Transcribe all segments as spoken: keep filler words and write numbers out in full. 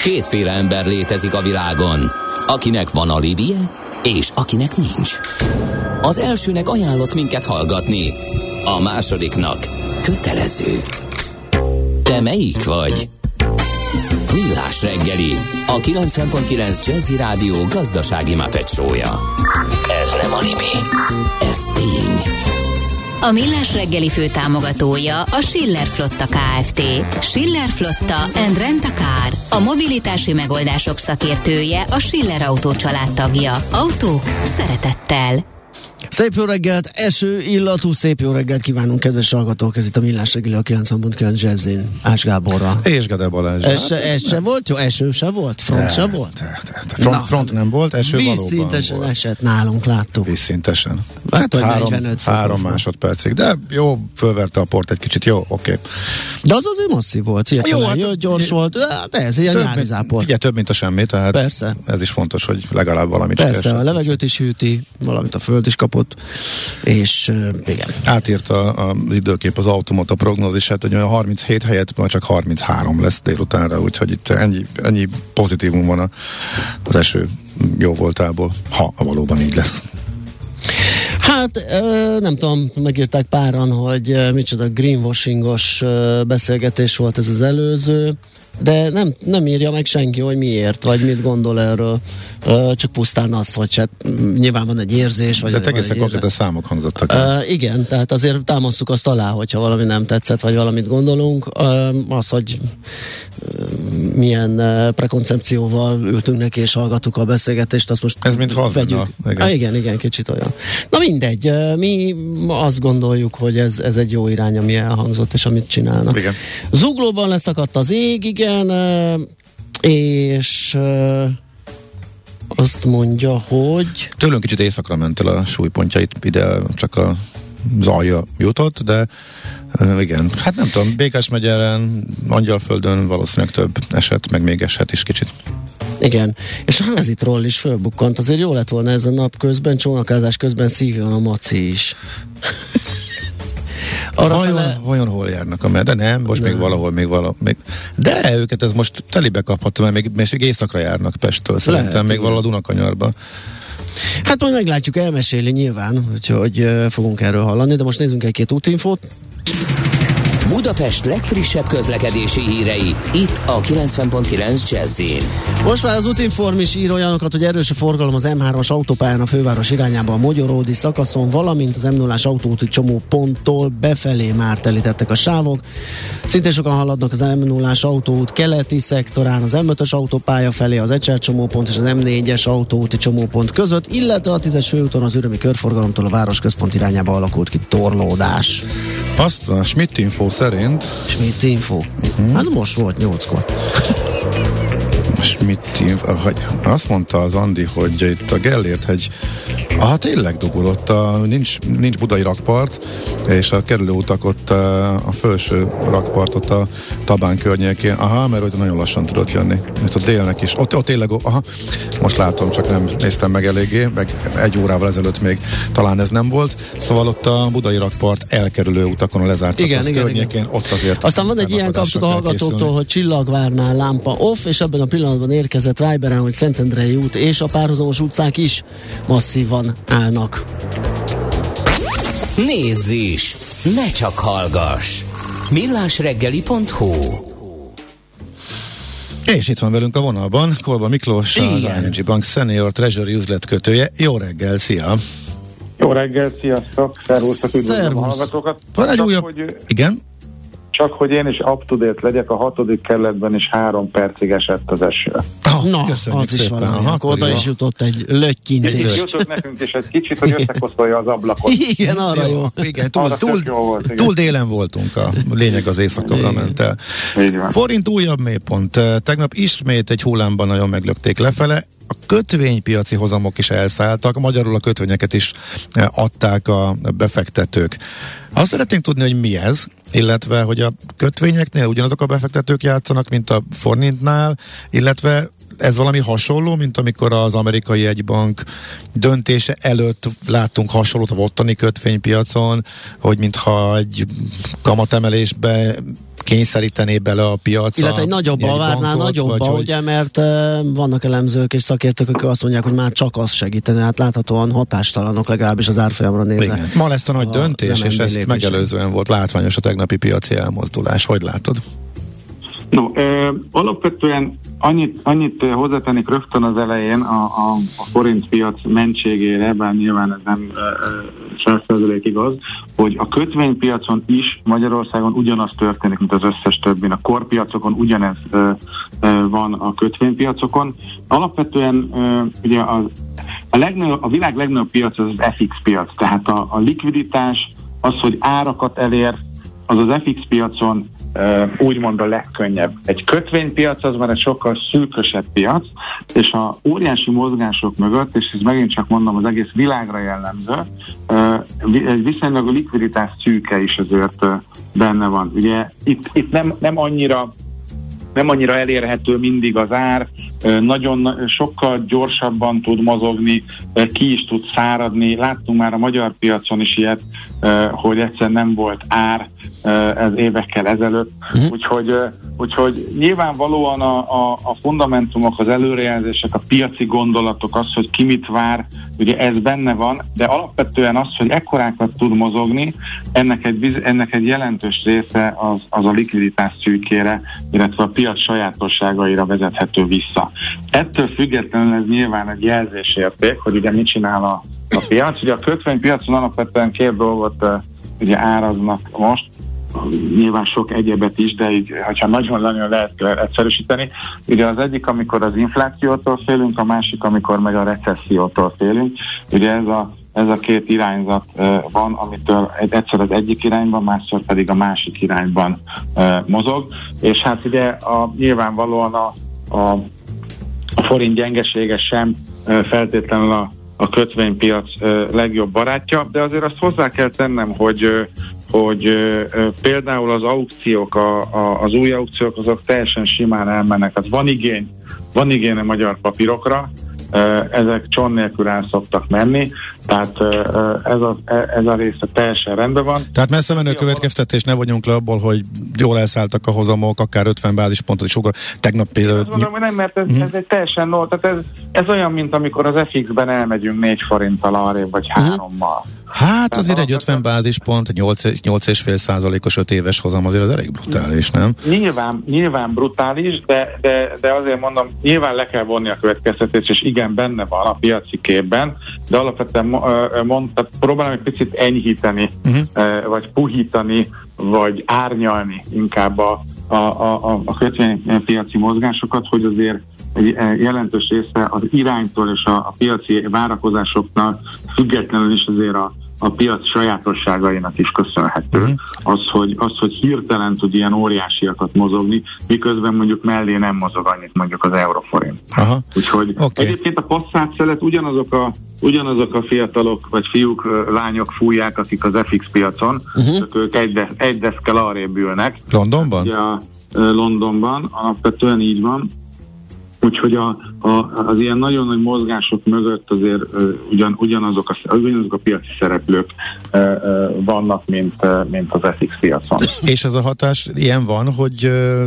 Kétféle ember létezik a világon, akinek van alibije, és akinek nincs. Az elsőnek ajánlott minket hallgatni, a másodiknak kötelező. Te melyik vagy? Millás reggeli, a kilencven pont kilenc Jazzy Rádió gazdasági mápecsója. Ez nem anime, ez tény. A Millás reggeli főtámogatója a Schiller Flotta Kft. Schiller Flotta and Rent a Car. A mobilitási megoldások szakértője, a Schiller Autó család tagja. Autók szeretettel. Szép jó reggelt, eső illatú, szép jó reggelt kívánunk, kedves hallgatók, ez itt a Millás reggeli a kilencven pont kilenc Jazzin, Ács Gáborra. És Gede Balázs. Ez se, ez se volt? Jó, eső se volt? Front de, se volt? De, de, de. Front, front nem volt, eső valóban volt. Vízszintesen esett nálunk, láttuk. Vízszintesen. Hát, hát három, három másodpercig, de jó, fölverte a port egy kicsit, jó, oké. Okay. De az azért masszív volt, hihetetlen, jó, hát, jó, gyors volt, de ez ilyen nyári zápor. Figyelj, több, mint a semmi, tehát persze. Ez is fontos, hogy legalább valamit persze, a levegőt is hűti, valamit a föld is kapott. És uh, igen. Átírta az időkép az Automata prognózisát, hogy olyan harminchét helyett majd csak harminchárom lesz délutánra, úgyhogy itt ennyi, ennyi pozitívum van az eső jó voltából, ha valóban így lesz. Hát nem tudom, megírták páran, hogy micsoda greenwashingos beszélgetés volt ez az előző, de nem, nem írja meg senki, hogy miért, vagy mit gondol erről. Csak pusztán az, hogy hát nyilván van egy érzés. Vagy de egészen konkrétan számok hangzottak. Uh, igen, tehát azért támaszuk azt alá, hogyha valami nem tetszett, vagy valamit gondolunk. Uh, az, hogy uh, milyen uh, prekoncepcióval ültünk neki, és hallgattuk a beszélgetést, azt most ez mint vegyük. Igen. Uh, igen, igen, kicsit olyan. Na mindegy, uh, mi azt gondoljuk, hogy ez, ez egy jó irány, ami elhangzott, és amit csinálnak. Igen. Zuglóban leszakadt az ég, igen, uh, és uh, azt mondja, hogy... Tőlünk kicsit északra ment el a súlypontjait, ide csak a zajja jutott, de uh, igen, hát nem tudom, Békás megyeren, Angyalföldön valószínűleg több eset, meg még eshet is kicsit. Igen, és a házitról is fölbukkant, azért jó lett volna ez a nap közben, csónakázás közben szívjon a maci is. Arra vajon, fele... vajon hol járnak a mer? De nem, most nem. még valahol, még valahol. Még... De őket ez most telibe kapható, mert még, még északra járnak Pesttől, szerintem lehet, még valahol a Dunakanyarba. Hát majd meglátjuk, elmeséli nyilván, úgyhogy uh, fogunk erről hallani, de most nézzünk egy-két útinfót. Budapest legfrissebb közlekedési hírei, itt a kilencven pont kilenc Jazzin. Most már az Útinform is ír olyanokat, hogy erős a forgalom az em hármas autópályán a főváros irányába a Mogyoródi szakaszon, valamint az em nullás autóúti csomóponttól befelé már telítettek a sávok. Szintén sokan haladnak az em nullás autóút keleti szektorán, az em ötös autópálya felé az Ecser csomópont és az em négyes autóúti csomópont között, illetve a tízes főúton az Ürömi körforgalomtól a városközpont irányába alakult ki torlódás. Azt a Schmidt Info szerint... Schmidt Info? Uh-huh. Hát most volt nyolckor. Schmidt Info, azt mondta az Andi, hogy itt a Gellért hegy, aha, tényleg dugulott, a, nincs, nincs budai rakpart, és a kerülőutak ott a, a felső rakpartot a Tabán környékén, aha, mert ott nagyon lassan tudott jönni. Itt a délnek is, ott, ott tényleg, aha, most látom, csak nem néztem meg eléggé, meg egy órával ezelőtt még talán ez nem volt, szóval ott a budai rakpart elkerülő utakon a lezárt szakasz környékén, igen. Ott azért. Aztán van egy ilyen kaptuk a hallgatóktól, készülni. Hogy Csillagvárnál lámpa off, és ebben a pillanatban érkezett Viberen, hogy Szentendrei út és a párhuzamos utcák is masszívan állnak. Nézz is! Ne csak hallgass! millásreggeli pont hu. És itt van velünk a vonalban Kolba Miklós, igen. Az i en gé Bank Senior Treasury üzletkötője. Jó reggel, szia! Jó reggel, sziasztok! Szervusztok, üdvözlöm a hallgatókat! Van egy újabb... Hogy... Igen? Csak hogy én is up-to-date legyek, a hatodik kerületben is három percig esett az eső. Oh, na, az is van, akkor oda is jutott egy lötykintés. Jutott nekünk is egy kicsit, hogy összekoszolja az ablakot. Igen, arra jó. jó. Igen, túl, túl, volt, igen. túl délen voltunk, a lényeg az éjszakabbra ment el. Forint újabb mélypont. Tegnap ismét egy hullámban nagyon meglökték lefele. A kötvénypiaci hozamok is elszálltak, magyarul a kötvényeket is adták a befektetők. Azt szeretnénk tudni, hogy mi ez, illetve, hogy a kötvényeknél ugyanazok a befektetők játszanak, mint a forintnál, illetve ez valami hasonló, mint amikor az amerikai jegybank döntése előtt láttunk hasonlót a ottani kötvénypiacon, hogy mintha egy kamatemelésbe kényszerítené bele a piacra. Illetve egy nagyobba várná, nagyobba, vagy, ugye, mert uh, vannak elemzők és szakértők, akik azt mondják, hogy már csak az segítene, hát láthatóan hatástalanok legalábbis az árfolyamra nézve. Igen. Ma lesz a nagy a döntés, és ezt lépésen. Megelőzően volt látványos a tegnapi piaci elmozdulás. Hogy látod? No, ö, alapvetően annyit, annyit hozzátennék rögtön az elején a, a, a forint piac mentségére, bár nyilván ez nem száz százalékig az, hogy a kötvénypiacon is Magyarországon ugyanaz történik, mint az összes többin. A korpiacokon ugyanez ö, ö, van a kötvénypiacokon. Alapvetően ö, ugye az, a, legnagyobb, a világ legnagyobb piac az az ef iksz piac, tehát a, a likviditás, az, hogy árakat elér, az az ef iksz piacon Uh, úgymond a legkönnyebb. Egy kötvénypiac az már egy sokkal szűkösebb piac, és a óriási mozgások mögött, és ez megint csak mondom, az egész világra jellemző, uh, egy viszonylag a likviditás szűke is azért uh, benne van. Ugye itt, itt nem, nem annyira nem annyira elérhető mindig az ár, nagyon sokkal gyorsabban tud mozogni, ki is tud száradni. Láttunk már a magyar piacon is ilyet, hogy egyszer nem volt ár, ez évekkel ezelőtt. Uh-huh. Úgyhogy, úgyhogy nyilvánvalóan a, a, a fundamentumok, az előrejelzések, a piaci gondolatok, az, hogy ki mit vár, ugye ez benne van, de alapvetően az, hogy ekkorákat tud mozogni, ennek egy, ennek egy jelentős része az, az a likviditás szűkére, illetve a piac sajátosságaira vezethető vissza. Ettől függetlenül ez nyilván egy jelzésérték, hogy ugye mit csinál a, a piac. Ugye a kötvénypiacon alapvetően két dolgot uh, ugye áraznak most, nyilván sok egyebet is, de így, hogyha nagyon-nagyon lehet egyszerűsíteni. Ugye az egyik, amikor az inflációtól félünk, a másik, amikor meg a recessziótól félünk. Ugye ez a, ez a két irányzat uh, van, amitől egy, egyszer az egyik irányban, másszor pedig a másik irányban uh, mozog. És hát ugye a, nyilvánvalóan a, a, a forint gyengesége sem uh, feltétlenül a, a kötvénypiac uh, legjobb barátja, de azért azt hozzá kell tennem, hogy uh, hogy ö, ö, például az aukciók, a, a, az új aukciók, azok teljesen simán elmennek. Hát van igény, van igény a magyar papírokra, ö, ezek cson nélkül el szoktak menni, tehát ö, ez, a, ez a része teljesen rendben van. Tehát messze menő következtetés, ne vagyunk le abból, hogy jól elszálltak a hozamok, akár ötven bázispontot is ugor. Tegnap például... Azt mondom, hogy nem, mert ez, uh-huh. ez egy teljesen no, tehát ez, ez olyan, mint amikor az ef iksz-ben elmegyünk négy forinttal arrébb, vagy uh-huh. hárommal. Hát azért egy ötven bázispont, nyolc egész öt százalékos öt éves hozam azért az elég brutális, nem? Nyilván, nyilván brutális, de, de, de azért mondom, nyilván le kell vonni a következtetést, és igen, benne van a piaci képben, de alapvetően mond, próbálom egy picit enyhíteni, uh-huh. vagy puhítani, vagy árnyalni inkább a, a, a, a kötvénypiaci mozgásokat, hogy azért egy jelentős része az iránytól és a, a piaci várakozásoknál függetlenül is azért a, a piac sajátosságainak is köszönhető. Uh-huh. Az, hogy, az, hogy hirtelen tud ilyen óriásiakat mozogni, miközben mondjuk mellé nem mozog annyit mondjuk az euróforint. Uh-huh. Úgyhogy okay. Egyébként a passzát szelet ugyanazok a, ugyanazok a fiatalok, vagy fiúk, lányok fújják, akik az ef iksz piacon, uh-huh. csak ők egy, de, egy deszkel arrébb ülnek. Londonban? Ja, Londonban, alapvetően így van. Úgyhogy a, a, az ilyen nagyon nagy mozgások mögött azért uh, ugyan, ugyanazok, a, ugyanazok a piaci szereplők uh, uh, vannak, mint, uh, mint az ef iksz piacon. És ez a hatás ilyen van, hogy uh,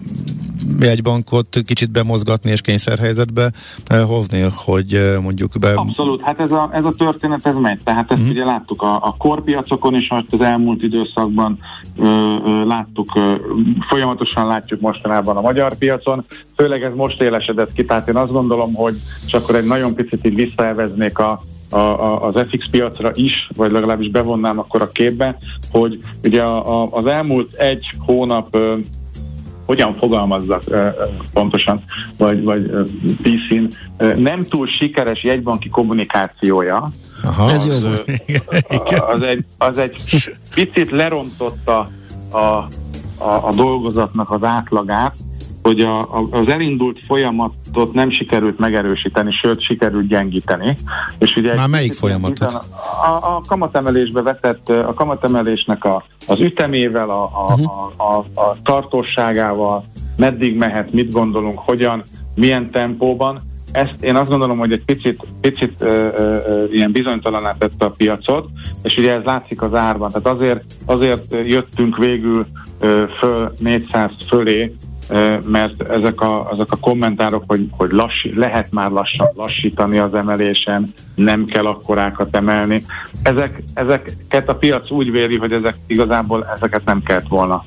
egy bankot kicsit bemozgatni és kényszerhelyzetbe uh, hozni, hogy uh, mondjuk be... Abszolút, hát ez a, ez a történet ez megy, tehát ezt mm. ugye láttuk a, a korpiacokon is, most az elmúlt időszakban uh, uh, láttuk, uh, folyamatosan látjuk mostanában a magyar piacon, főleg ez most élesedett ki, tehát én azt gondolom, hogy és akkor egy nagyon picit így visszaeveznék a, a, a, az ef iksz piacra is, vagy legalábbis bevonnám akkor a képbe, hogy ugye a, a, az elmúlt egy hónap uh, hogyan fogalmazzak uh, pontosan, vagy, vagy uh, píszín, uh, nem túl sikeres jegybanki kommunikációja. Aha, ez az, jó. Uh, az, egy, az egy picit lerontotta a, a, a dolgozatnak az átlagát, hogy a, a, az elindult folyamatot nem sikerült megerősíteni, sőt sikerült gyengíteni. És ugye már melyik folyamatot? A, a kamatemelésbe vetett, a kamatemelésnek a, az ütemével, a, a, uh-huh. a, a, a tartóságával, meddig mehet, mit gondolunk, hogyan, milyen tempóban. Ezt én azt gondolom, hogy egy picit, picit ö, ö, ilyen bizonytalaná tette a piacot, és ugye ez látszik az árban. Tehát azért, azért jöttünk végül föl négyszáz fölé, mert ezek a, ezek a kommentárok, hogy, hogy lassi, lehet már lassan lassítani az emelésen, nem kell akkorákat emelni. Ezek, ezeket a piac úgy véli, hogy ezek igazából ezeket nem kellett volna,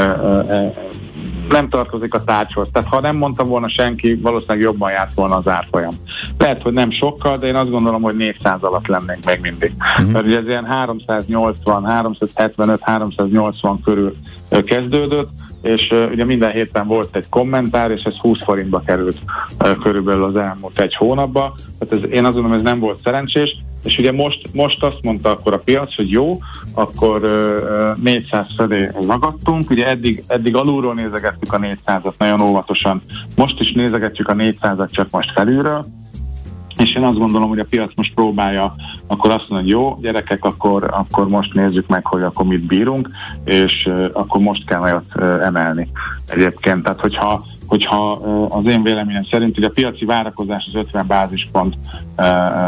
nem tartozik a tárgyhoz. Tehát ha nem mondta volna senki, valószínűleg jobban járt volna az árfolyam. Lehet, hogy nem sokkal, de én azt gondolom, hogy négyszáz alatt lennénk még mindig. Uh-huh. Mert ugye ez ilyen háromszáznyolcvan, háromszázhetvenöt, háromszáznyolcvan körül kezdődött, és uh, ugye minden héten volt egy kommentár, és ez húsz forintba került uh, körülbelül az elmúlt egy hónapban. Tehát ez, én azt gondolom, ez nem volt szerencsés, és ugye most, most azt mondta akkor a piac, hogy jó, akkor uh, négyszáz felé ragadtunk, ugye eddig, eddig alulról nézegettük a négyszázat nagyon óvatosan, most is nézegetjük a négyszázat, csak most felülről, és én azt gondolom, hogy a piac most próbálja akkor azt mondani, hogy jó, gyerekek, akkor, akkor most nézzük meg, hogy akkor mit bírunk, és uh, akkor most kell nagyot uh, emelni egyébként. Tehát, hogyha, hogyha uh, az én véleményem szerint, hogy a piaci várakozás az ötven bázispont uh,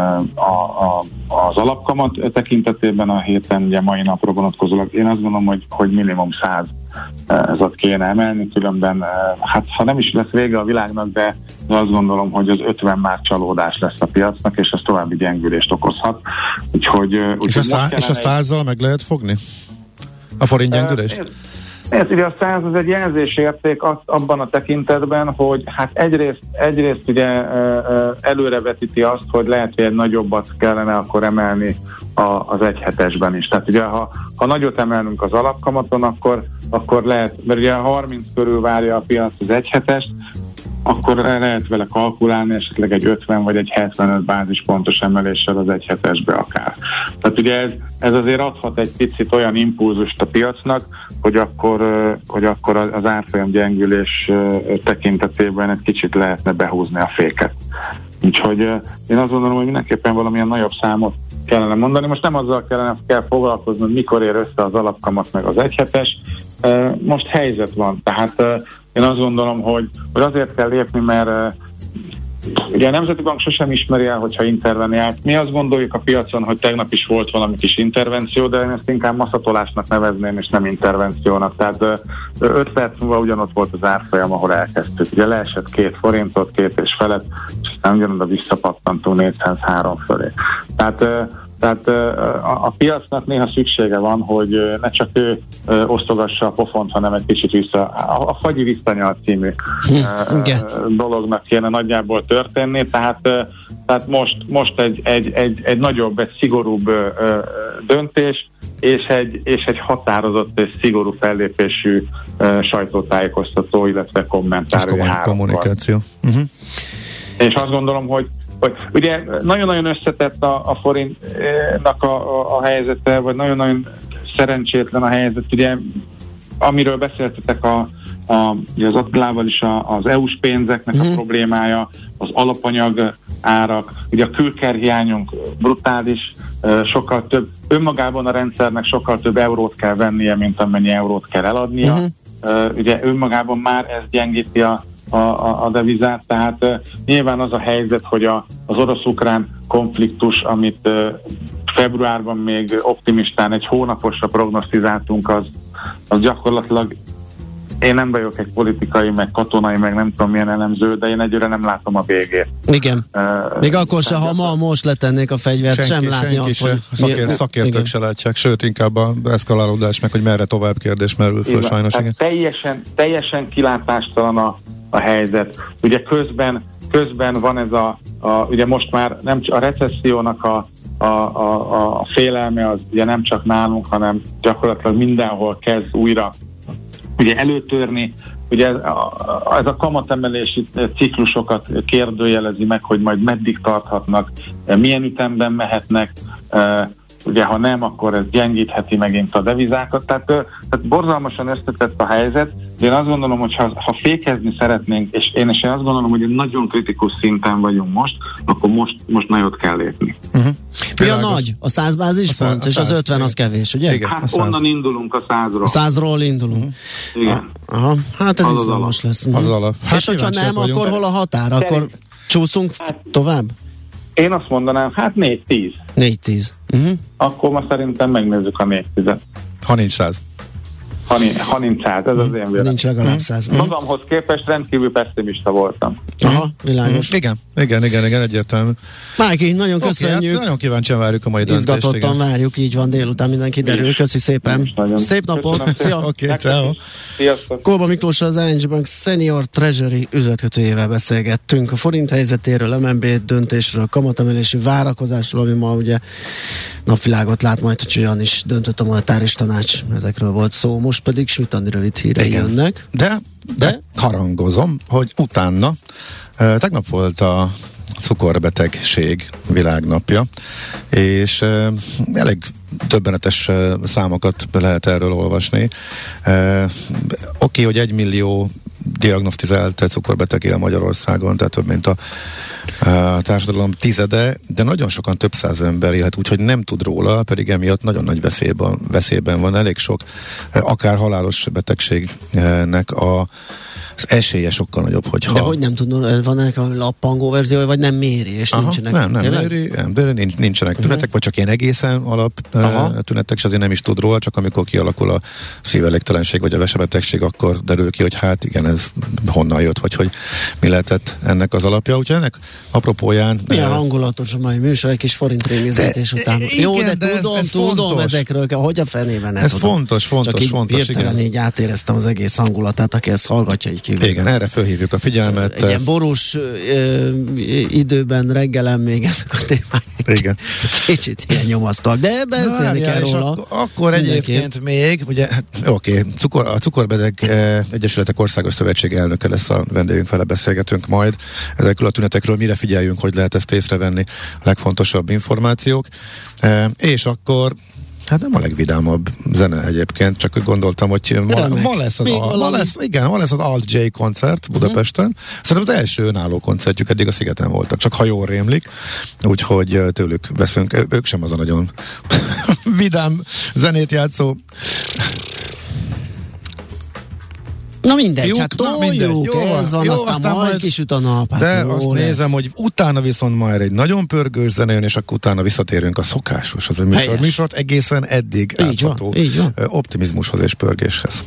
a, a, az alapkamat tekintetében a héten, ugye mai napra vonatkozólag, én azt gondolom, hogy, hogy minimum száz ez ott kéne emelni, különben hát ha nem is lesz vége a világnak, de azt gondolom, hogy az ötven már csalódás lesz a piacnak, és ez további gyengülést okozhat. Úgyhogy, úgy, és, a szá- és a százzal meg lehet fogni? A forint gyengülést? Ez, ez ugye a száz az egy jelzésérték az, abban a tekintetben, hogy hát egyrészt, egyrészt ugye előrevetíti azt, hogy lehet, hogy egy nagyobbat kellene akkor emelni a, az egyhetesben is. Tehát ugye ha, ha nagyot emelünk az alapkamaton, akkor, akkor lehet, mert ugye harminc körül várja a piac az egyhetest, akkor lehet vele kalkulálni esetleg egy ötven vagy egy hetvenöt bázispontos emeléssel az egyhetesbe akár. Tehát ugye ez, ez azért adhat egy picit olyan impulzust a piacnak, hogy akkor, hogy akkor az árfolyam gyengülés tekintetében egy kicsit lehetne behúzni a féket. Úgyhogy én azt gondolom, hogy mindenképpen valamilyen nagyobb számot kellene mondani. Most nem azzal kellene kell foglalkozni, hogy mikor ér össze az alapkamat meg az egyhetes. Most helyzet van. Tehát én azt gondolom, hogy, hogy azért kell lépni, mert ugye a Nemzeti Bank sosem ismeri el, hogyha interveniált. Mi azt gondoljuk a piacon, hogy tegnap is volt valami kis intervenció, de én ezt inkább maszatolásnak nevezném, és nem intervenciónak. Tehát öt perc múlva ugyanott volt az árfolyam, ahol elkezdtük. Ugye leesett két forintot, két és felett, és aztán ugyanoda visszapattantó négyszázhárom fölé. Tehát Tehát a, a piacnak néha szüksége van, hogy ne csak ő osztogassa a pofont, hanem egy kicsit vissza. A, a fagyi visszanyal című hm, dolognak kéne nagyjából történni, tehát, tehát most, most egy, egy, egy, egy nagyobb, egy szigorúbb döntés, és egy, és egy határozott és szigorú fellépésű sajtótájékoztató, illetve kommentár. Kommunikáció. Uh-huh. És azt gondolom, hogy Hogy, ugye nagyon-nagyon összetett a, a forintnak a, a, a helyzete, vagy nagyon-nagyon szerencsétlen a helyzet, ugye amiről beszéltetek a, a, az Attilával is a, az é u-s pénzeknek mm. a problémája, az alapanyag árak, ugye a külkerhiányunk brutális, sokkal több, önmagában a rendszernek sokkal több eurót kell vennie, mint amennyi eurót kell eladnia. Mm. Ugye önmagában már ez gyengíti a A, a, a devizát, tehát uh, nyilván az a helyzet, hogy a, az orosz-ukrán konfliktus, amit uh, februárban még optimistán egy hónaposra prognosztizáltunk, az, az gyakorlatilag én nem vagyok egy politikai, meg katonai, meg nem tudom milyen elemző, de én egyre nem látom a végét. Igen. Uh, Még akkor se, ha ma most letennék a fegyvert, senki, sem látni azt, se, hogy... Szakér, mi... szakértők igen. se látják, sőt, inkább az eszkalálódás, meg hogy merre tovább kérdés merül föl, sajnos. Igen. Teljesen, teljesen kilátástalan a, a helyzet. Ugye közben, közben van ez a, a, ugye most már nem a recessziónak a A, a, a félelme az ugye nem csak nálunk, hanem gyakorlatilag mindenhol kezd újra ugye előtörni. Ugye ez a, ez a kamatemelési ciklusokat kérdőjelezi meg, hogy majd meddig tarthatnak, milyen ütemben mehetnek, ugye ha nem, akkor ez gyengítheti megint a devizákat. Tehát, tehát borzalmasan összetett a helyzet, de én azt gondolom, hogy ha, ha fékezni szeretnénk, és én is azt gondolom, hogy egy nagyon kritikus szinten vagyunk most, akkor most, most nagyot kell lépni. Uh-huh. Mi a nagy? A száz bázispont, és az ötven az kevés, ugye? Igen, hát onnan indulunk a százról. A százról indulunk. Uh-huh. Igen. Aha, hát ez az izgalmas lesz. Az alap. Hát és hogyha nem, vagyunk. Akkor hol a határ? Akkor Szerint... csúszunk hát, tovább? Én azt mondanám, hát négy tíz. négy tíz. Uh-huh. Akkor ma szerintem megnézzük a négy tízet. Ha nincs száz. ha nincs száz, ez az én véleményem. Nincs legalább száz. Magamhoz képest rendkívül pessimista voltam. Aha, világos. Mm, igen, igen, igen, igen, egyértelmű. Májki, nagyon okay, köszönjük. Hát nagyon kíváncsian várjuk a mai döntést. Izgatottan várjuk, így van, délután minden kiderül. Köszi szépen. Szép napot. Szia. Oké, okay, ciao. Sziasztok. Kolba Miklóssal, az I N G Bank Senior Treasury üzletkötőjével beszélgettünk a forint helyzetéről, em en bé döntésről, kamatemelési várakozásról, ami ma ugye napvilágot lát majd, hogy olyan is döntött a monetáris tanács. Ezekről volt szó. Most pedig Schmidt-Andi rövid hírei jönnek. De, de, de harangozom, hogy utána e, tegnap volt a cukorbetegség világnapja, és e, elég döbbenetes e, számokat lehet erről olvasni. E, Oké, hogy egy millió diagnosztizált cukorbeteg él Magyarországon, tehát több mint a a társadalom tizede, de nagyon sokan, több száz ember élhet úgy, hogy nem tud róla, pedig emiatt nagyon nagy veszélyben, veszélyben van. Elég sok, akár halálos betegségnek a az esélye sokkal nagyobb, hogyha... De hogy nem tudnom, van ennek a lappangó verziója, vagy nem méri, és Aha, nincsenek... Nem, nem méri, nem, de nincs, nincsenek uh-huh. tünetek, vagy csak ilyen egészen alap uh, tünetek, és azért nem is tud róla, csak amikor kialakul a szívelégtelenség, vagy a vesebetegség, akkor derül ki, hogy hát igen, ez honnan jött, vagy hogy mi lehetett ennek az alapja. Úgyhogy ennek apropóján... Milyen uh, hangulatos a mai műsor, egy kis forint rémizgetés után. Igen, Jó, de, de tudom, ez, ez tudom fontos. Ezekről, hogy a fenében ez tudom. fontos, fontos, csak így fontos. Hirtelen így átéreztem az egész hangulatát, aki ezt hallgatja, így kívül. Igen, erre felhívjuk a figyelmet. Egy ilyen borús ö, időben, reggelen még ezek a témák. Igen. Kicsit ilyen nyomasztóak, de beszélni kell róla. Ak- akkor egyébként még, ugye, oké, okay, cukor, a Cukorbeteg eh, Egyesületek Országos Szövetség elnöke lesz a vendégünk, vele beszélgetünk majd. Ezekről a tünetekről mire figyeljünk, hogy lehet ezt észrevenni, a legfontosabb információk. Eh, és akkor hát nem a legvidámabb zene egyébként, csak gondoltam, hogy ma, ma lesz az a, ma lesz, igen, ma lesz az Alt J koncert Budapesten. Uh-huh. Szerintem az első önálló koncertjük eddig a Szigeten voltak, csak ha jól rémlik, úgyhogy tőlük veszünk, ők sem az a nagyon vidám zenét játszó. Na mindegy, Jók, hát toljuk, jó, ez van, jó, aztán, aztán majd kisüt a nap. Hát de jó azt lesz. Nézem, hogy utána viszont már egy nagyon pörgős zene jön, és akkor utána visszatérünk a szokásos az a műsor. Műsort egészen eddig így átható van, így van. Optimizmushoz és pörgéshez.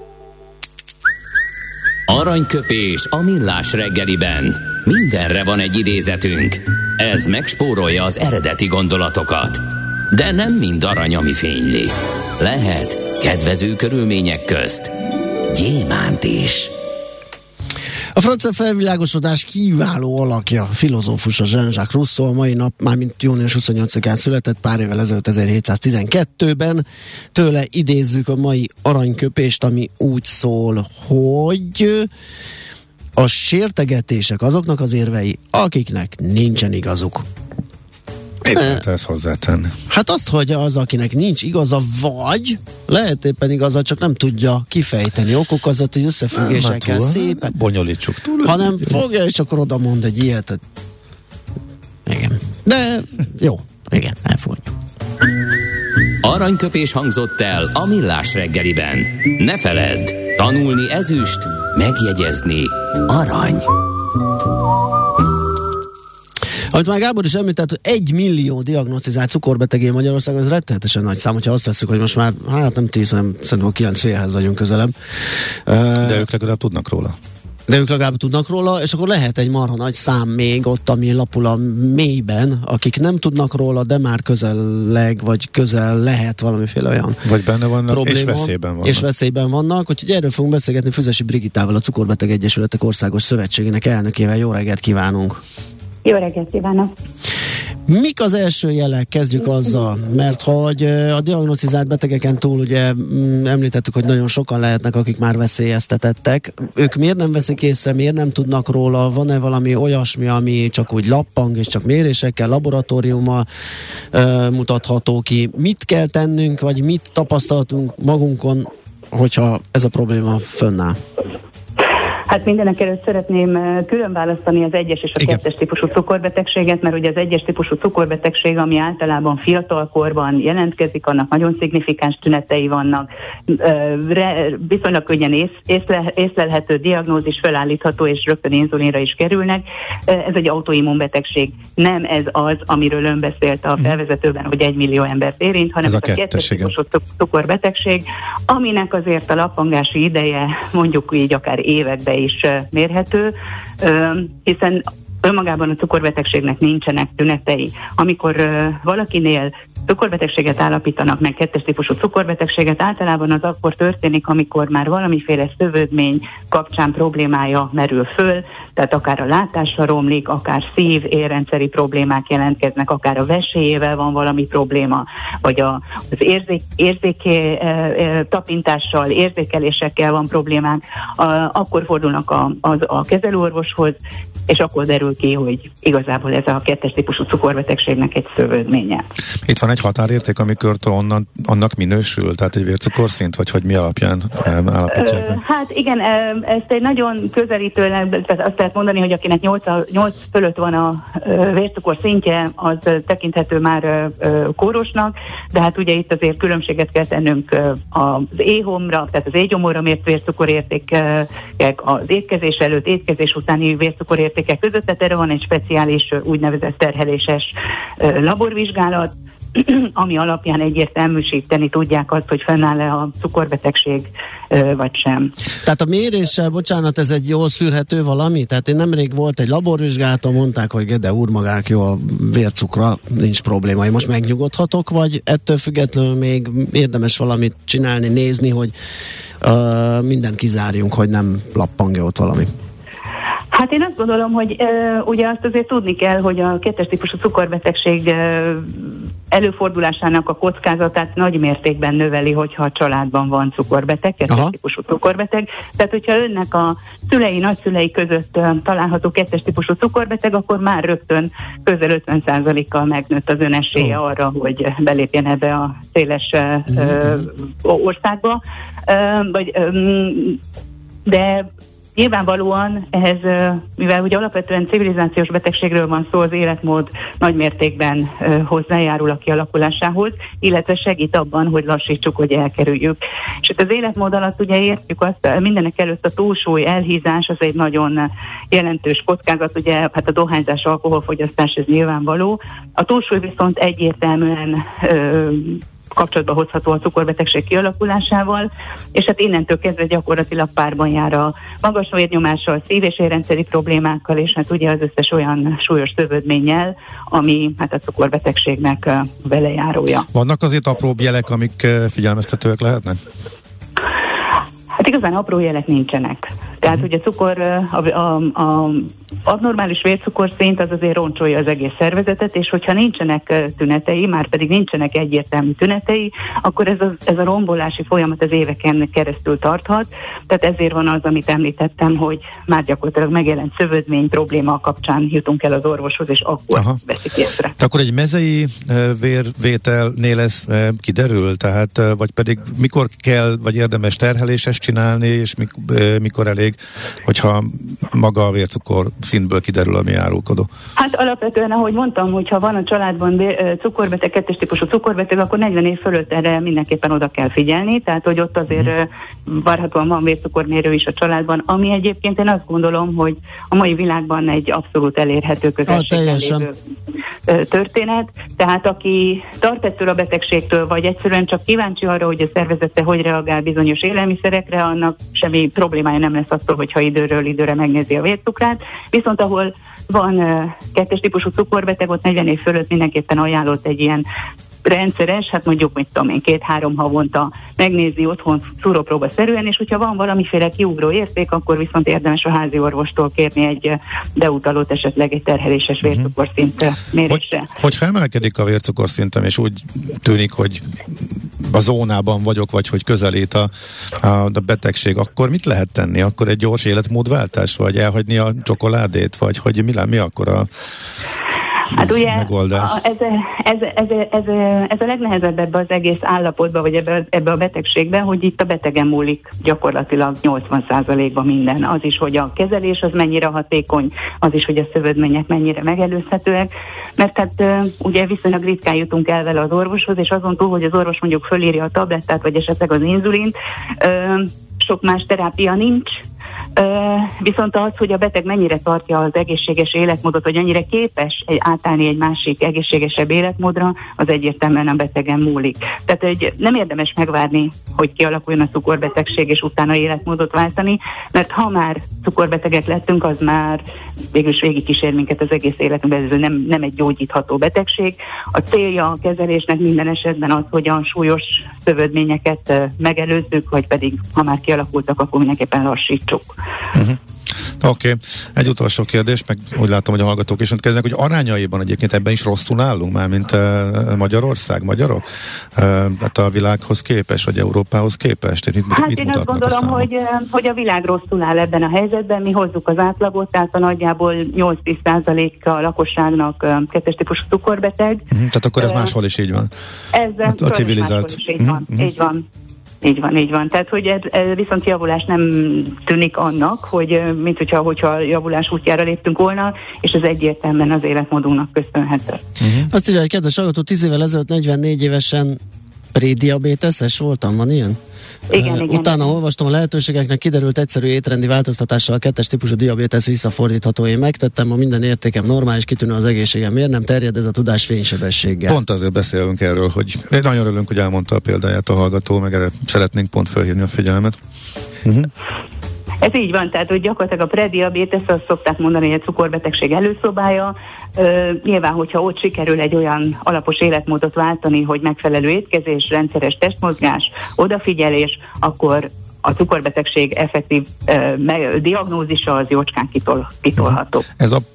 Aranyköpés a millás reggeliben. Mindenre van egy idézetünk. Ez megspórolja az eredeti gondolatokat. De nem mind arany, ami fényli. Lehet kedvező körülmények közt gyémánt is. A francia felvilágosodás kiváló alakja, filozófusa Jean-Jacques Rousseau, a mai nap, mármint június huszonnyolcadikán született, pár évvel ezelőtt ezerhétszáztizenkettőben. Tőle idézzük a mai aranyköpést, ami úgy szól, hogy a sértegetések azoknak az érvei, akiknek nincsen igazuk. Mit lehet ezt hozzátenni? Hát azt, hogy az, akinek nincs igaza, vagy lehet éppen igaza, csak nem tudja kifejteni okok között, hogy összefüggésekkel szépen. Bonyolítsuk túl. Hanem fogja, és akkor oda mond egy ilyet, hogy igen. De jó, igen, elfogadjuk. Aranyköpés hangzott el a millás reggeliben. Ne feledd, tanulni ezüst, megjegyezni arany. Ahogy már Gábor is említett, hogy egy millió diagnosztizált cukorbetegé Magyarországon, ez rettenetesen nagy szám, hogyha azt tesszük, hogy most már, hát nem tíz, hanem szerintem kilenc félhez vagyunk közelebb. De ők legalább tudnak róla. De ők legalább tudnak róla, és akkor lehet egy marha nagy szám még ott, ami lapul a mélyben, akik nem tudnak róla, de már közelleg, vagy közel lehet valamiféle olyan vagy benne vannak, probléma, és veszélyben vannak. És veszélyben vannak, úgyhogy erről fogunk beszélgetni Füzesi Brigitával, a Cukorbeteg Egyesületek Országos Szövetségének elnökével. Jó reggelt kívánunk! Jó reggelt kívánok! Mik az első jelek? Kezdjük azzal, mert hogy a diagnosztizált betegeken túl ugye említettük, hogy nagyon sokan lehetnek, akik már veszélyeztetettek. Ők miért nem veszik észre, miért nem tudnak róla? Van-e valami olyasmi, ami csak úgy lappang, és csak mérésekkel, laboratóriummal uh, mutatható ki? Mit kell tennünk, vagy mit tapasztaltunk magunkon, hogyha ez a probléma fönnáll? Hát mindenek előtt szeretném külön választani az egyes és a Igen. kettes típusú cukorbetegséget, mert ugye az egyes típusú cukorbetegség, ami általában fiatalkorban jelentkezik, annak nagyon szignifikáns tünetei vannak, re, viszonylag könnyen ész, észle, észlelhető diagnózis, felállítható és rögtön inzulinra is kerülnek. Ez egy autoimmunbetegség. Nem ez az, amiről ön beszélt a felvezetőben, hogy egy millió embert érint, hanem ez a, a kettes típusú cukorbetegség, aminek azért a lappangási ideje mondjuk így akár évekbe is mérhető, hiszen önmagában a cukorbetegségnek nincsenek tünetei. Amikor valakinél cukorbetegséget állapítanak meg, kettes típusú cukorbetegséget, általában az akkor történik, amikor már valamiféle szövődmény kapcsán problémája merül föl, tehát akár a látása romlik, akár szív, érrendszeri problémák jelentkeznek, akár a vesélyével van valami probléma, vagy a, az érzék, érzéké, e, tapintással, érzékelésekkel van problémák, a, akkor fordulnak a, a, a kezelőorvoshoz, és akkor derül ki, hogy igazából ez a kettes típusú cukorbetegségnek egy szövődménye. Itt van egy határérték, amikor onnan, annak minősül, tehát egy vércukorszint, vagy hogy mi alapján állapítják meg? Hát igen, ezt egy nagyon közelítőleg, azt lehet mondani, hogy akinek nyolc fölött van a vércukor szintje, az tekinthető már kórosnak, de hát ugye itt azért különbséget kell tennünk az éhomra, tehát az éhgyomorra mért vércukorértékek, az étkezés előtt, étkezés utáni vércukorértékek között, tehát erre van egy speciális úgynevezett terheléses laborvizsgálat, ami alapján egyértelműsíteni tudják azt, hogy fennáll-e a cukorbetegség, vagy sem. Tehát a méréssel, bocsánat, ez egy jól szűrhető valami? Tehát én nemrég volt egy laborvizsgálaton, mondták, hogy Gede úr, magák jó, a vércukra nincs probléma. Én most megnyugodhatok, vagy ettől függetlenül még érdemes valamit csinálni, nézni, hogy uh, mindent kizárjunk, hogy nem lappangja ott valami? Hát én azt gondolom, hogy uh, ugye azt azért tudni kell, hogy a kettes típusú cukorbetegség uh, előfordulásának a kockázatát nagy mértékben növeli, hogyha a családban van cukorbeteg, kettes típusú cukorbeteg. Tehát, hogyha önnek a szülei, nagyszülei között uh, található kettes típusú cukorbeteg, akkor már rögtön közel ötven százalékkal megnőtt az ön esélye oh. arra, hogy belépjen ebbe a széles uh, uh, országba. Uh, vagy, um, de nyilvánvalóan ehhez, mivel ugye alapvetően civilizációs betegségről van szó, az életmód nagy mértékben hozzájárul a kialakulásához, illetve segít abban, hogy lassítsuk, hogy elkerüljük. És itt az életmód alatt ugye értjük azt, mindenek előtt a túlsúly, elhízás, az egy nagyon jelentős kockázat, ugye hát a dohányzás, alkoholfogyasztás, ez nyilvánvaló. A túlsúly viszont egyértelműen ö, kapcsolatba hozható a cukorbetegség kialakulásával, és hát innentől kezdve gyakorlatilag párban jár a magas vérnyomással, szív- és érrendszeri problémákkal, és hát ugye az összes olyan súlyos szövődménnyel, ami hát a cukorbetegségnek velejárója. Vannak azért apróbb jelek, amik figyelmeztetőek lehetnek? Hát igazán apró jelek nincsenek. Tehát ugye cukor, a, a, a abnormális vércukorszint az azért roncsolja az egész szervezetet, és hogyha nincsenek tünetei, már pedig nincsenek egyértelmű tünetei, akkor ez a, ez a rombolási folyamat az éveken keresztül tarthat. Tehát ezért van az, amit említettem, hogy már gyakorlatilag megjelent szövődmény probléma kapcsán jutunk el az orvoshoz, és akkor Aha. veszik észre. De akkor egy mezei vérvételnél ez kiderül? Tehát, vagy pedig mikor kell, vagy érdemes terheléses csinálni, és mikor elég, hogyha maga a vércukor szintből kiderül, ami árulkodó? Hát alapvetően, ahogy mondtam, hogyha van a családban cukorbeteg, kettes típusú cukorbeteg, akkor negyven év fölött erre mindenképpen oda kell figyelni, tehát hogy ott azért hmm. várhatóan van vércukormérő is a családban, ami egyébként én azt gondolom, hogy a mai világban egy abszolút elérhető közösségben lévő történet, tehát aki tart ettől a betegségtől, vagy egyszerűen csak kíváncsi arra, hogy a szervezete hogy reagál bizonyos élelmiszerekre, annak semmi problémája nem lesz attól, hogyha időről időre megnézi a vércukrát. Viszont ahol van uh, kettes típusú cukorbeteg, ott negyven év fölött mindenképpen ajánlott egy ilyen rendszeres, hát mondjuk, mit tudom én, két-három havonta megnézni otthon szúrópróba szerűen, és hogyha van valamiféle kiugró érték, akkor viszont érdemes a házi orvostól kérni egy deutalót, esetleg egy terheléses vércukorszint mérésre. Hogy, hogyha emelkedik a vércukorszintem, és úgy tűnik, hogy a zónában vagyok, vagy hogy közelít a, a, a betegség, akkor mit lehet tenni? Akkor egy gyors életmódváltás, vagy elhagyni a csokoládét, vagy hogy mi, mi akkor a hát ugye megoldás? A, ez, ez, ez, ez, ez a legnehezebb ebbe az egész állapotba, vagy ebbe, ebbe a betegségbe, hogy itt a betegen múlik gyakorlatilag nyolcvan százalékban minden. Az is, hogy a kezelés az mennyire hatékony, az is, hogy a szövődmények mennyire megelőzhetőek, mert hát ugye viszonylag ritkán jutunk el vele az orvoshoz, és azon túl, hogy az orvos mondjuk fölírja a tablettát, vagy esetleg az inzulint, sok más terápia nincs, viszont az, hogy a beteg mennyire tartja az egészséges életmódot, vagy mennyire képes átállni egy másik egészségesebb életmódra, az egyértelműen a betegen múlik. Tehát hogy nem érdemes megvárni, hogy kialakuljon a cukorbetegség, és utána életmódot váltani, mert ha már cukorbetegek lettünk, az már végülis végigkísér minket az egész életünkben, ez nem, nem egy gyógyítható betegség. A célja a kezelésnek minden esetben az, hogy a súlyos szövődményeket megelőzzük, vagy pedig ha már kialakultak, akkor mindenképpen lassítsuk. Uh-huh. Oké, okay. Egy utolsó kérdés, meg úgy látom, hogy a hallgatók is kezdenek, hogy arányaiban egyébként ebben is rosszul állunk már, mint uh, Magyarország, magyarok? Uh, hát a világhoz képest, vagy Európához képest? Mit, hát mit én azt gondolom, hogy, hogy a világ rosszul áll ebben a helyzetben, mi hozzuk az átlagot, tehát a nagyjából nyolc-tíz százaléka a lakosságnak uh, kettes típusú cukorbeteg. Uh-huh. Tehát akkor ez uh, máshol is így van? Ez a, a civilizált. Is így van, uh-huh. így van. Így van, így van. Tehát, hogy ez, ez viszont javulás nem tűnik annak, hogy mint hogyha, hogyha javulás útjára léptünk volna, és ez egyértelműen az életmódunknak köszönhető. Uh-huh. Azt írja, hogy kedves hallgató, tíz évvel ezelőtt negyvennégy évesen prédiabéteses voltam, van ilyen? Igen, uh, igen. Utána igen. olvastam a lehetőségeknek, kiderült egyszerű étrendi változtatással a kettes típusú diabétesz visszafordítható. Én megtettem, a minden értékem normális, kitűnő az egészségem. Miért nem terjed ez a tudás fénysebességgel? Pont azért beszélünk erről, hogy nagyon örülünk, hogy elmondta a példáját a hallgató, meg erre szeretnénk pont felhívni a figyelmet. Uh-huh. Ez így van, tehát hogy gyakorlatilag a prediabétesz, azt szokták mondani, hogy a cukorbetegség előszobája. Ö, nyilván, hogyha ott sikerül egy olyan alapos életmódot váltani, hogy megfelelő étkezés, rendszeres testmozgás, odafigyelés, akkor a cukorbetegség effektív uh, diagnózisa az jócskán kitol, kitolható. Ez a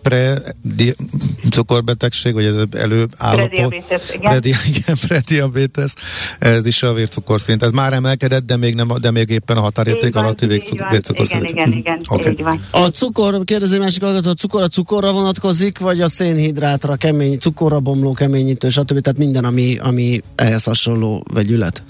pre-cukorbetegség, vagy ez előállapot? Prediabétesz, igen. Predi, igen, prediabétesz, ez is a vércukorszint. Ez már emelkedett, de még, nem, de még éppen a határérték alatti vércukorszint. Igen, igen, igen, okay. Így van. A cukor, kérdezi másik hallgató, a cukor a cukorra vonatkozik, vagy a szénhidrátra, kemény, cukorra bomló, keményítő, stb. Tehát minden, ami, ami ehhez hasonló vegyület?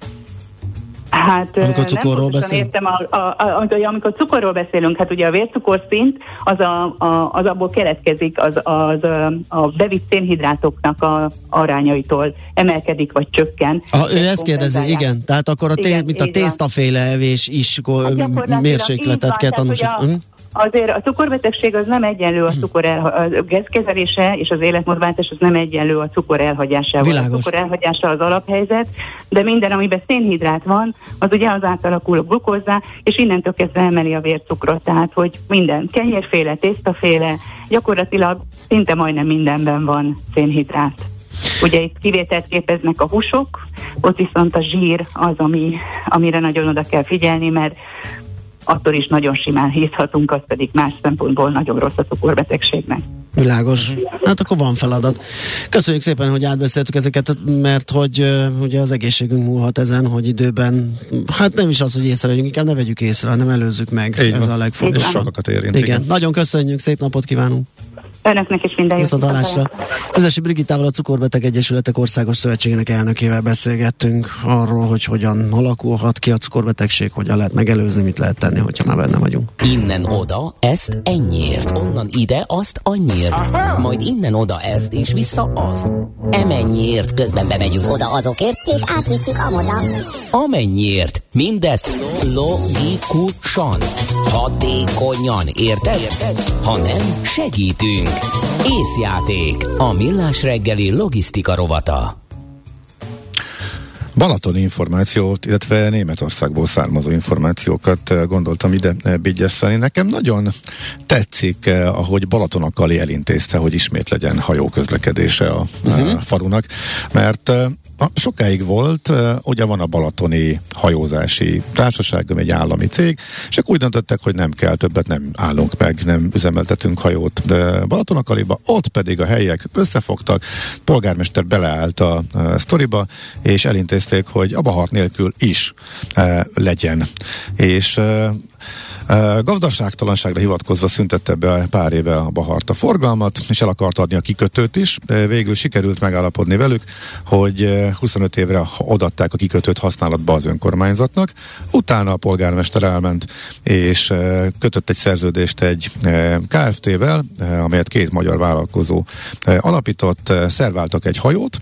Hát amikor cukorról beszélünk? Értem, a, a, a, a, amikor cukorról beszélünk, hát ugye a vércukorszint az, a, a, az abból keletkezik, az, az a, a bevitt szénhidrátoknak a arányaitól emelkedik vagy csökken. Ah, ő ezt kérdezi, igen. Tehát akkor a té, igen, mint a tésztaféle evés is hát mérsékletet kell tanúsítani. Azért a cukorbetegség az nem egyenlő a cukor elha- a kezelése és az életmódváltás az nem egyenlő a cukor elhagyásával. Világos. A cukor elhagyása az alaphelyzet, de minden, amiben szénhidrát van, az ugye az átalakul a glukózzá, és innentől kezdve emeli a vércukrot. Tehát, hogy minden kenyérféle, tésztaféle, gyakorlatilag szinte majdnem mindenben van szénhidrát. Ugye itt kivételt képeznek a húsok, ott viszont a zsír az, ami, amire nagyon oda kell figyelni, mert attól is nagyon simán hízhatunk, az pedig más szempontból nagyon rossz a cukorbetegségnek. Világos. Hát akkor van feladat. Köszönjük szépen, hogy átbeszéltük ezeket, mert hogy uh, ugye az egészségünk múlhat ezen, hogy időben, hát nem is az, hogy észrevegyünk, inkább ne vegyük észre, hanem előzzük meg. Így Ez van. a legfontosabb. És sokakat érint. Igen. igen. Nagyon köszönjük, szép napot kívánunk. Önöknek is minden jót. Viszontlátásra. Közösi Brigittával, a Cukorbeteg Egyesületek Országos Szövetségének elnökével beszélgettünk arról, hogy hogyan alakulhat ki a cukorbetegség, hogyan lehet megelőzni, mit lehet tenni, hogyha már benne vagyunk. Innen oda, ezt ennyiért, onnan ide, azt annyiért, aha, majd innen oda ezt, és vissza azt. Emennyiért közben bemegyünk oda azokért, és átvisszük amoda. Amennyiért, mindezt logikusan, hatékonyan, érted? érted? Ha nem, segítünk. Észjáték, a Millás reggeli logisztika rovata. Balatoni információt, illetve Németországból származó információkat gondoltam ide bigyeszteni. Nekem nagyon tetszik, ahogy Balatonakali elintézte, hogy ismét legyen hajóközlekedése a, uh-huh. a falunak, mert sokáig volt, ugye van a Balatoni Hajózási Társaság, ami egy állami cég, és akkor úgy döntöttek, hogy nem kell többet, nem állunk meg, nem üzemeltetünk hajót de Balatonakaliba, ott pedig a helyiek összefogtak, polgármester beleállt a, a sztoriba, és elintézték, hogy a Bahart nélkül is e, legyen. És e, Gazdaságtalanságra hivatkozva szüntette be pár éve a Baharta forgalmat, és el akart adni a kikötőt is. Végül sikerült megállapodni velük, hogy huszonöt évre odaadták a kikötőt használatba az önkormányzatnak. Utána a polgármester elment, és kötött egy szerződést egy ká ef té-vel, amelyet két magyar vállalkozó alapított, szerváltak egy hajót,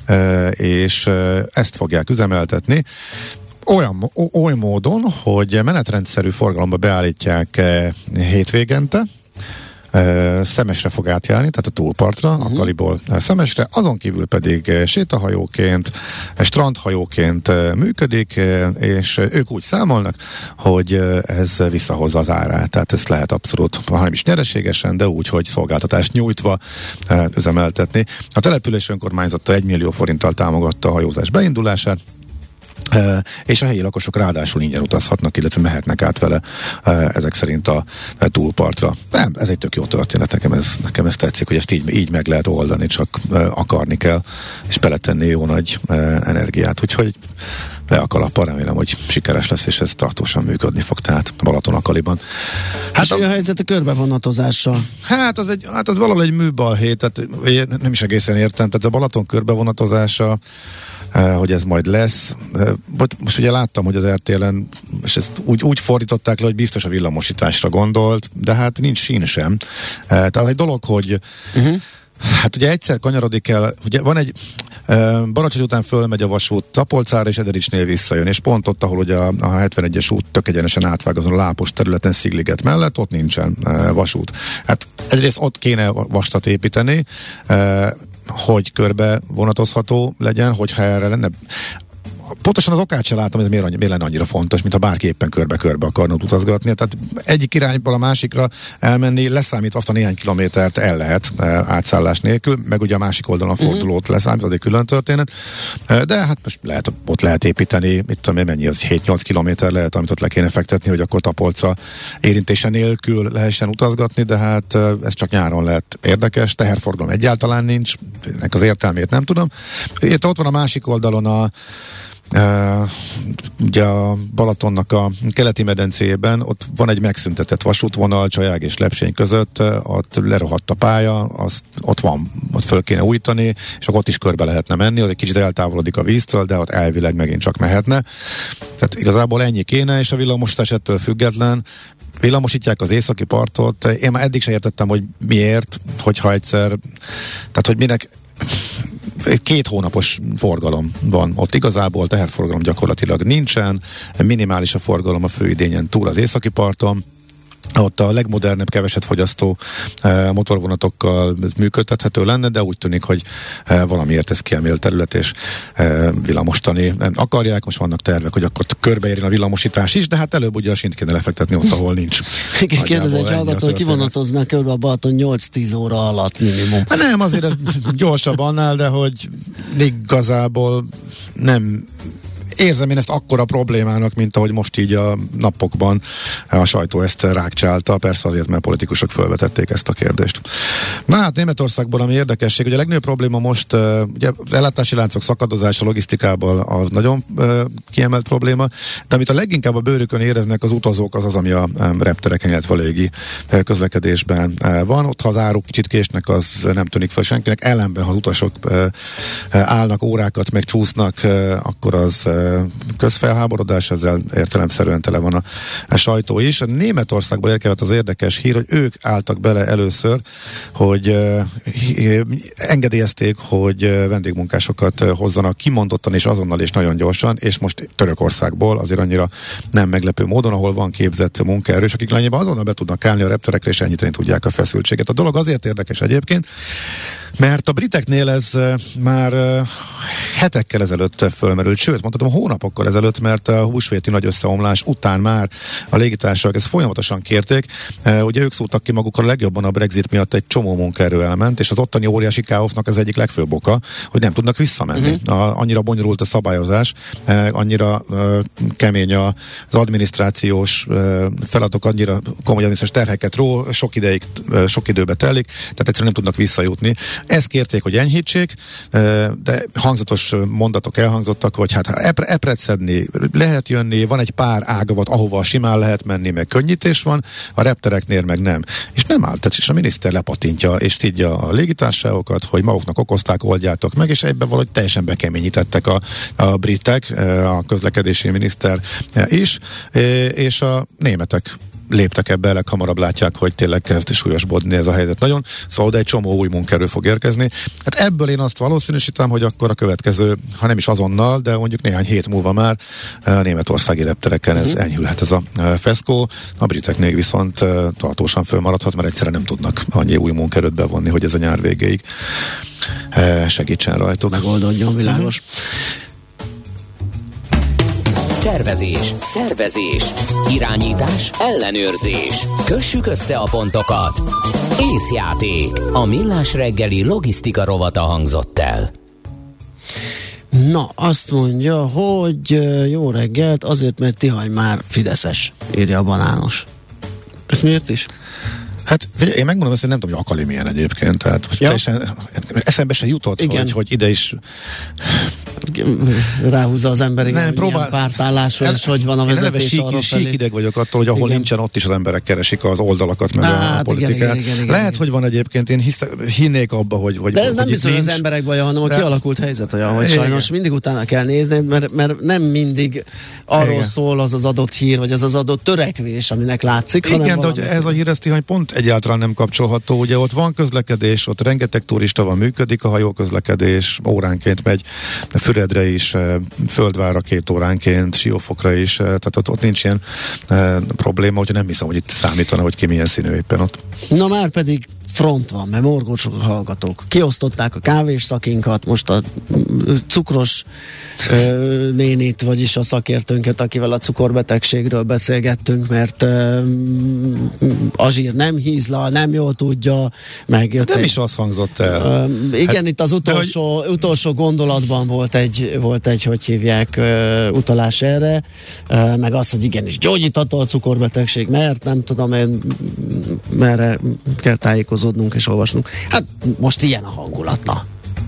és ezt fogják üzemeltetni. Olyan, oly módon, hogy menetrendszerű forgalomba beállítják hétvégente, Szemesre fog átjárni, tehát a túlpartra, uh-huh. a Kaliból Szemesre, azon kívül pedig sétahajóként, strandhajóként működik, és ők úgy számolnak, hogy ez visszahozza az árát. Tehát ezt lehet abszolút, ha nem is nyereségesen, de úgy, hogy szolgáltatást nyújtva üzemeltetni. A település önkormányzata egy millió forinttal támogatta a hajózás beindulását, Uh, és a helyi lakosok ráadásul ingyen utazhatnak, illetve mehetnek át vele uh, ezek szerint a, a túlpartra. Nem, ez egy tök jó történet, nekem ez, nekem ez tetszik, hogy ezt így, így meg lehet oldani, csak uh, akarni kell, és beletenni jó nagy uh, energiát. Úgyhogy le a kalappal, remélem, hogy sikeres lesz, és ez tartósan működni fog, tehát Balaton-Akaliban. Hát és a, a helyzet a körbevonatozással? Hát az, egy, hát az valahol egy műbalhé, tehát nem is egészen értem, tehát a Balaton körbevonatozása, hogy ez majd lesz. Most ugye láttam, hogy az er té el-en, és ezt úgy, úgy fordították le, hogy biztos a villamosításra gondolt, de hát nincs sín sem. Tehát egy dolog, hogy uh-huh. hát ugye egyszer kanyarodik el, ugye van egy Baracsony után fölmegy a vasút Tapolcára, és Edericsnél visszajön, és pont ott, ahol ugye a, a hetvenegyes út tök egyenesen átvág azon a lápos területen Szigliget mellett, ott nincsen vasút. Hát egyrészt ott kéne vastat építeni, hogy körbe vonatozható legyen, hogyha erre lenne. Pontosan az okát sem látom, hogy ez miért, miért lenne annyira fontos, mintha bárki éppen körbe-körbe akarna utazgatni. Tehát egyik irányból a másikra elmenni, leszámít azt a néhány kilométert el lehet átszállás nélkül, meg ugye a másik oldalon a fordulót leszámít, az egy külön történet. De hát most lehet, ott lehet építeni, mit tudom én, mennyi az hét-nyolc kilométer lehet, amit ott le kéne fektetni, hogy akkor Tapolca érintése nélkül lehessen utazgatni, de hát ez csak nyáron lehet érdekes, teherforgalom egyáltalán nincs, ennek az értelmét nem tudom. Itt ott van a másik oldalon a Uh, ugye a Balatonnak a keleti medencéjében ott van egy megszüntetett vasútvonal Csajág és Lepsény között, uh, ott lerohadt a pálya, azt, ott van, ott föl kéne újítani, és akkor ott is körbe lehetne menni, az egy kicsit eltávolodik a víztől, de ott elvileg megint csak mehetne. Tehát igazából ennyi kéne, és a villamosítás ettől független. Villamosítják az északi partot, én már eddig sem értettem, hogy miért, hogyha egyszer, tehát hogy minek két hónapos forgalom van ott igazából, teherforgalom gyakorlatilag nincsen, minimális a forgalom a főidényen túl az északi parton, ott a legmodernebb, keveset fogyasztó e, motorvonatokkal működtethető lenne, de úgy tűnik, hogy e, valamiért ez kiemélt terület, és e, villamosítani akarják. Most vannak tervek, hogy akkor körbeérjen a villamosítás is, de hát előbb ugye a sint kéne lefektetni ott, ahol nincs. Kérdez egy hallgató, hogy kivonatoznak körbe a Balaton nyolc-tíz óra alatt minimum. Hát nem, azért ez gyorsabb annál, de hogy igazából nem érzem én ezt akkora problémának, mint ahogy most így a napokban a sajtó ezt rákcsálta, persze azért, mert politikusok felvetették ezt a kérdést. Na hát Németországból, ami érdekesség, hogy a legnagyobb probléma most, ugye az ellátási láncok szakadozása logisztikában az nagyon kiemelt probléma, de amit a leginkább a bőrükön éreznek az utazók, az az, ami a reptereken, illetve a légi közlekedésben van. Ott, ha az áruk kicsit késnek, az nem tűnik fel senkinek, ellenben, ha az utasok állnak órákat, meg csúsznak, akkor az közfelháborodás, ezzel értelemszerűen tele van a, a sajtó is. A Németországból érkezett az érdekes hír, hogy ők álltak bele először, hogy uh, engedélyezték, hogy uh, vendégmunkásokat uh, hozzanak kimondottan és azonnal és nagyon gyorsan, és most Törökországból azért annyira nem meglepő módon, ahol van képzett munkaerő, és akik lányában azonnal be tudnak állni a repterekre, és enyhíteni tudják a feszültséget. A dolog azért érdekes egyébként, mert a briteknél ez már uh, hetekkel ezelőtt fölmerült, sőt, mondhatom hónapokkal ezelőtt, mert a húsvéti nagy összeomlás után már a légitársaságok ezt folyamatosan kérték. Uh, ugye ők szóltak ki magukra legjobban a Brexit miatt, egy csomó munkaerő elment, és az ottani óriási káosznak ez egyik legfőbb oka, hogy nem tudnak visszamenni. Uh-huh. A, annyira bonyolult a szabályozás, uh, annyira uh, kemény az adminisztrációs uh, feladatok, annyira komoly adminisztrációs terheket ró, sok ideig, uh, sok időbe telik, tehát egyszerűen nem tudnak visszajutni. Ezt kérték, hogy enyhítsék, de hangzatos mondatok elhangzottak, hogy hát ha epre, epret szedni lehet jönni, van egy pár ágavat, ahova simán lehet menni, meg könnyítés van, a reptereknél meg nem. És nem áll, tehát és a miniszter lepatintja és szidja a légitársaságokat, hogy maguknak okozták, oldjátok meg, és egyben valahogy teljesen bekeményítettek a, a britek, a közlekedési miniszter is, és a németek léptek ebbe, leghamarabb látják, hogy tényleg kezd súlyosbodni ez a helyzet nagyon. Szóval de egy csomó új munkaerő fog érkezni. Hát ebből én azt valószínűsítem, hogy akkor a következő, ha nem is azonnal, de mondjuk néhány hét múlva már a németországi reptereken ez uh-huh. enyhülhet ez a feszkó. A briteknél viszont tartósan fölmaradhat, mert egyszerűen nem tudnak annyi új munkaerőt bevonni, hogy ez a nyár végéig segítsen rajtuk. Megoldódjon, világos. Uh-huh. Tervezés, szervezés, irányítás, ellenőrzés. Kössük össze a pontokat. Észjáték. A Millás reggeli logisztika rovata hangzott el. Na, azt mondja, hogy jó reggelt, azért, mert Tihany már fideszes, írja a Banános. Ez miért is? Hát figyelj, én megmondom ezt, hogy nem tudom, hogy Akali milyen egyébként, tehát ja. teljesen eszembe se jutott, hogy, hogy ide is ráhúzza az ember, igen, próbál... pártállásról, el, és hogy van a vezetés sík, arra felé. Sík ideg vagyok attól, hogy ahol igen. nincsen, ott is az emberek keresik az oldalakat, meg Á, a politikát. Igen, igen, igen, Lehet, igen. hogy van egyébként, én hisz, hinnék abba, hogy, hogy de ez hogy nem biztos az emberek baja, hanem de... a kialakult helyzet olyan, hogy igen. sajnos mindig utána kell nézni, mert, mert nem mindig arról igen. szól az az adott hír, vagy az az adott törekvés, aminek látszik. Igen, hanem de hogy ez a hír, ezt hogy pont egyáltalán nem kapcsolható. Ugye ott van közlekedés, ott rengeteg turista van, működik a hajóközlekedés, óránként megy Füredre is, Földvárra két óránként, Siófokra is, tehát ott, ott nincs ilyen e, probléma, úgyhogy nem hiszem, hogy itt számítana, hogy ki milyen színű éppen ott. Na már pedig front van, mert morgósok a hallgatók. Kiosztották a kávés szakinkat, most a cukros ö, nénit, vagyis a szakértőnket, akivel a cukorbetegségről beszélgettünk, mert ö, a zsír nem hízlal, nem jól tudja, megjött nem egy, is az hangzott el. Ö, igen, hát, itt az utolsó, hogy... utolsó gondolatban volt egy, volt egy, hogy hívják, ö, utalás erre, ö, meg az, hogy igenis gyógyítható a cukorbetegség, mert nem tudom én, merre kell tájékozódnunk és olvasnunk. Hát most ilyen a hangulat, na.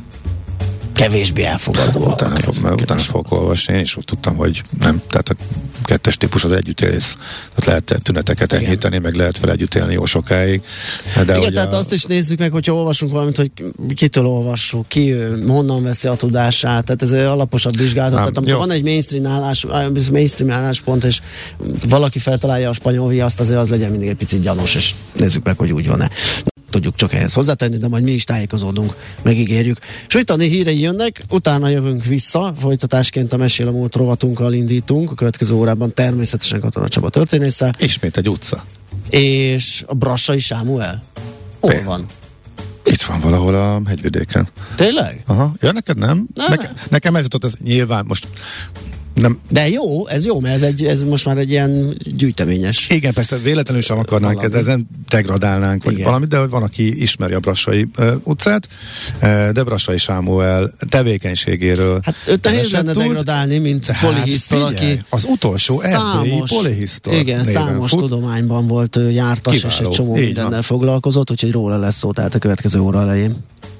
Kevésbé elfogadó. Utána, fog, mert utána fogok olvasni, én is úgy tudtam, hogy nem. Tehát a kettes típus az együttélés. Tehát lehet tüneteket enyhíteni, meg lehet fel együtt élni jó sokáig. De igen, tehát a... azt is nézzük meg, hogyha olvasunk valamit, hogy kitől olvassuk, ki ő, honnan veszi a tudását, tehát ez egy alaposabb vizsgálatot. Tehát amikor van egy mainstream, állás, mainstream álláspont, és valaki feltalálja a spanyol viaszt, azért az legyen mindig egy picit gyanús, és nézzük meg, hogy úgy van-e. Tudjuk csak ehhez hozzátenni, de majd mi is tájékozódunk, megígérjük. Sőtani hírei jönnek, utána jövünk vissza, folytatásként a Mesél a múlt rovatunkkal indítunk, a következő órában természetesen Katona Csaba történésszel. Ismét egy utca. És a Brassai Sámuel? Hol Pé. van? Itt van valahol a hegyvidéken. Tényleg? Aha. Ja, neked nem? Ne. Neke, nekem ez jutott, ez nyilván most nem. De jó, ez jó, mert ez, egy, ez most már egy ilyen gyűjteményes. Igen, persze véletlenül sem akarnánk, de ezen degradálnánk, vagy igen. valamit, de van, aki ismeri a Brassai uh, utcát, uh, de Brassai Sámuel tevékenységéről. Hát őt nehéz lenne degradálni, mint hát polihisztor, aki az utolsó erdélyi polihisztor. Igen, számos fut. tudományban volt jártas, kiváló, és egy csomó mindennel foglalkozott, úgyhogy róla lesz szó, tehát a következő óra elején.